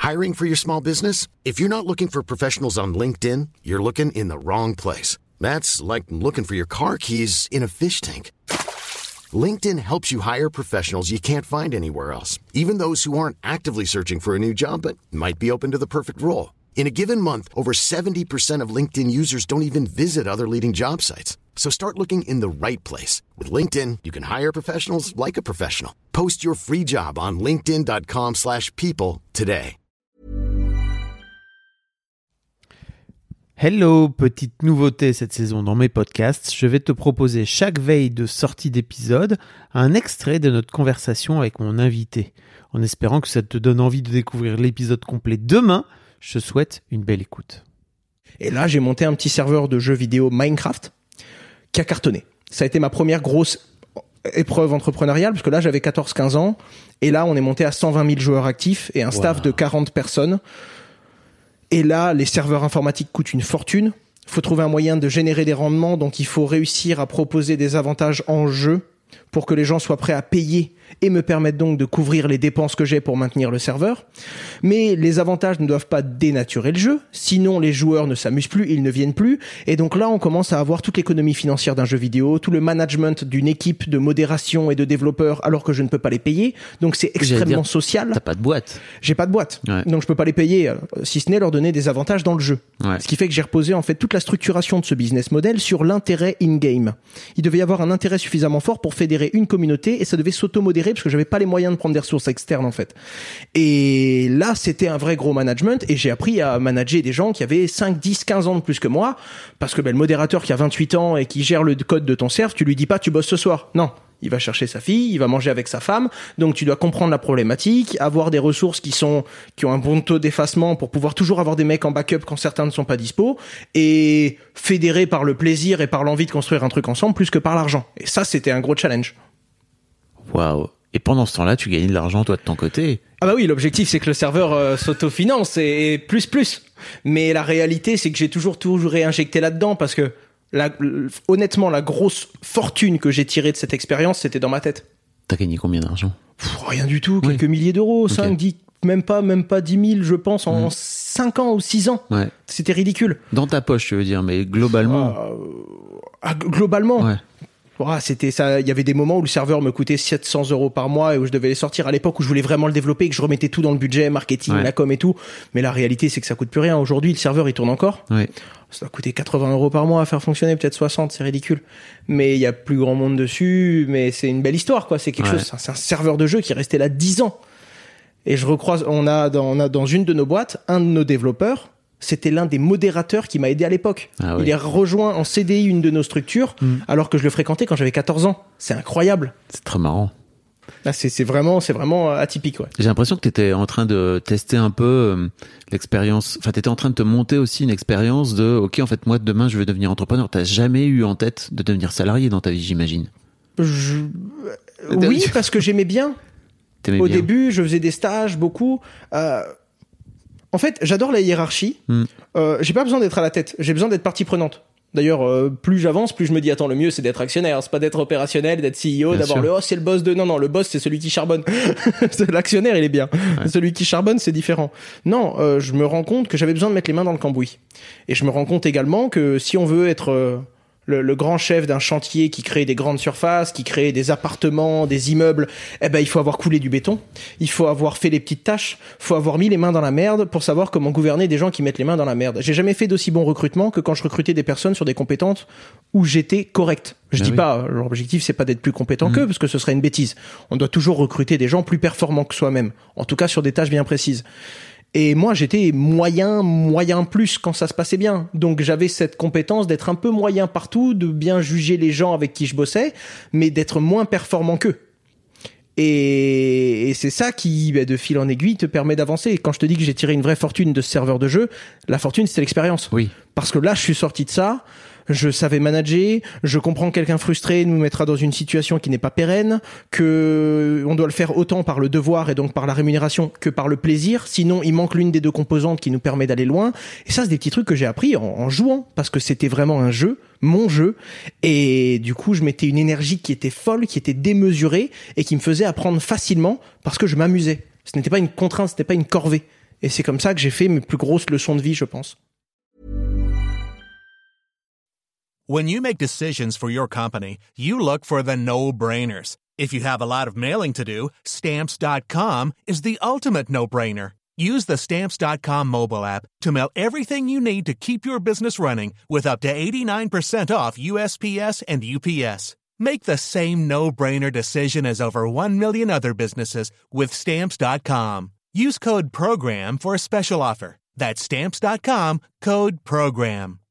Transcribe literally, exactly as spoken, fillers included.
Hiring for your small business? If you're not looking for professionals on LinkedIn, you're looking in the wrong place. That's like looking for your car keys in a fish tank. LinkedIn helps you hire professionals you can't find anywhere else, even those who aren't actively searching for a new job but might be open to the perfect role. In a given month, over seventy percent of LinkedIn users don't even visit other leading job sites. So start looking in the right place. With LinkedIn, you can hire professionals like a professional. Post your free job on linkedin.com slash people today. Hello, petite nouveauté cette saison dans mes podcasts. Je vais te proposer chaque veille de sortie d'épisode un extrait de notre conversation avec mon invité. En espérant que ça te donne envie de découvrir l'épisode complet demain, je te souhaite une belle écoute. Et là, j'ai monté un petit serveur de jeux vidéo Minecraft qui a cartonné. Ça a été ma première grosse épreuve entrepreneuriale, parce que là, j'avais quatorze quinze ans. Et là, on est monté à cent vingt mille joueurs actifs et un staff wow. de quarante personnes. Et là, les serveurs informatiques coûtent une fortune. Il faut trouver un moyen de générer des rendements. Donc, il faut réussir à proposer des avantages en jeu pour que les gens soient prêts à payer et me permettent donc de couvrir les dépenses que j'ai pour maintenir le serveur. Mais les avantages ne doivent pas dénaturer le jeu, sinon les joueurs ne s'amusent plus, ils ne viennent plus. Et donc là, on commence à avoir toute l'économie financière d'un jeu vidéo, tout le management d'une équipe de modération et de développeurs alors que je ne peux pas les payer. Donc c'est extrêmement dire, social. T'as pas de boîte. J'ai pas de boîte. Ouais. Donc je peux pas les payer, si ce n'est leur donner des avantages dans le jeu. Ouais. Ce qui fait que j'ai reposé en fait toute la structuration de ce business model sur l'intérêt in-game. Il devait y avoir un intérêt suffisamment fort pour fédérer une communauté et ça devait s'auto-modérer parce que j'avais pas les moyens de prendre des ressources externes en fait. Et là, c'était un vrai gros management et j'ai appris à manager des gens qui avaient cinq, dix, quinze ans de plus que moi parce que ben, le modérateur qui a vingt-huit ans et qui gère le code de ton serve, tu lui dis pas tu bosses ce soir. Non. Il va chercher sa fille, il va manger avec sa femme, donc tu dois comprendre la problématique, avoir des ressources qui sont qui ont un bon taux d'effacement pour pouvoir toujours avoir des mecs en backup quand certains ne sont pas dispo, et fédérer par le plaisir et par l'envie de construire un truc ensemble plus que par l'argent. Et ça, c'était un gros challenge. Waouh. Et pendant ce temps-là, tu gagnais de l'argent toi de ton côté. Ah bah oui, l'objectif c'est que le serveur euh, s'autofinance et, et plus plus. Mais la réalité c'est que j'ai toujours toujours réinjecté là-dedans parce que La, honnêtement, la grosse fortune que j'ai tirée de cette expérience, c'était dans ma tête. T'as gagné combien d'argent ? Pff, Rien du tout, quelques oui. milliers d'euros, okay. cinq, dix, même pas, même pas dix mille, je pense, en mmh. cinq ans ou six ans. Ouais. C'était ridicule. Dans ta poche, tu veux dire, mais globalement. Euh, ah, globalement. Ouais. Oh, c'était ça. Il y avait des moments où le serveur me coûtait sept cents euros par mois et où je devais les sortir à l'époque où je voulais vraiment le développer et que je remettais tout dans le budget, marketing, ouais. la com et tout. Mais la réalité, c'est que ça coûte plus rien. Aujourd'hui, le serveur, il tourne encore. Ouais. Ça a coûté quatre-vingts euros par mois à faire fonctionner, peut-être soixante, c'est ridicule. Mais il y a plus grand monde dessus, mais c'est une belle histoire, quoi. C'est quelque ouais. chose, c'est un serveur de jeu qui est resté là dix ans. Et je recroise, on a dans, on a dans une de nos boîtes, un de nos développeurs, c'était l'un des modérateurs qui m'a aidé à l'époque. Ah oui. Il est rejoint en C D I une de nos structures, mmh. alors que je le fréquentais quand j'avais quatorze ans. C'est incroyable. C'est très marrant. Là, c'est, c'est vraiment, c'est vraiment atypique, ouais. J'ai l'impression que t'étais en train de tester un peu euh, l'expérience. Enfin, t'étais en train de te monter aussi une expérience de, ok, en fait, moi, demain, je vais devenir entrepreneur. T'as jamais eu en tête de devenir salarié dans ta vie, j'imagine. Je... Oui, parce que j'aimais bien. T'aimais Au bien. début, je faisais des stages, beaucoup. Euh... En fait, j'adore la hiérarchie. Mm. Euh, j'ai pas besoin d'être à la tête. J'ai besoin d'être partie prenante. D'ailleurs, euh, plus j'avance, plus je me dis, attends, le mieux, c'est d'être actionnaire. C'est pas d'être opérationnel, d'être C E O, bien d'avoir sûr. le, oh, c'est le boss de, non, non, le boss, c'est celui qui charbonne. L'actionnaire, il est bien. Ouais. Celui qui charbonne, c'est différent. Non, euh, je me rends compte que j'avais besoin de mettre les mains dans le cambouis. Et je me rends compte également que si on veut être, euh, Le, le grand chef d'un chantier qui crée des grandes surfaces, qui crée des appartements, des immeubles, eh ben, il faut avoir coulé du béton. Il faut avoir fait les petites tâches. Il faut avoir mis les mains dans la merde pour savoir comment gouverner des gens qui mettent les mains dans la merde. J'ai jamais fait d'aussi bon recrutement que quand je recrutais des personnes sur des compétences où j'étais correct. Je ah dis oui. pas, l'objectif c'est pas d'être plus compétent mmh. qu'eux, parce que ce serait une bêtise. On doit toujours recruter des gens plus performants que soi-même. En tout cas, sur des tâches bien précises. Et moi, j'étais moyen, moyen plus quand ça se passait bien. Donc, j'avais cette compétence d'être un peu moyen partout, de bien juger les gens avec qui je bossais, mais d'être moins performant qu'eux. Et, et c'est ça qui, bah, de fil en aiguille, te permet d'avancer. Et quand je te dis que j'ai tiré une vraie fortune de ce serveur de jeu, la fortune, c'était l'expérience. Oui. Parce que là, je suis sorti de ça. Je savais manager, je comprends que quelqu'un frustré nous mettra dans une situation qui n'est pas pérenne, que on doit le faire autant par le devoir et donc par la rémunération que par le plaisir, sinon il manque l'une des deux composantes qui nous permet d'aller loin. Et ça, c'est des petits trucs que j'ai appris en, en jouant, parce que c'était vraiment un jeu, mon jeu, et du coup je mettais une énergie qui était folle, qui était démesurée et qui me faisait apprendre facilement parce que je m'amusais. Ce n'était pas une contrainte, ce n'était pas une corvée. Et c'est comme ça que j'ai fait mes plus grosses leçons de vie, je pense. When you make decisions for your company, you look for the no-brainers. If you have a lot of mailing to do, Stamps dot com is the ultimate no-brainer. Use the Stamps dot com mobile app to mail everything you need to keep your business running with up to eighty-nine percent off U S P S and U P S. Make the same no-brainer decision as over one million other businesses with Stamps dot com. Use code PROGRAM for a special offer. That's Stamps dot com, code PROGRAM.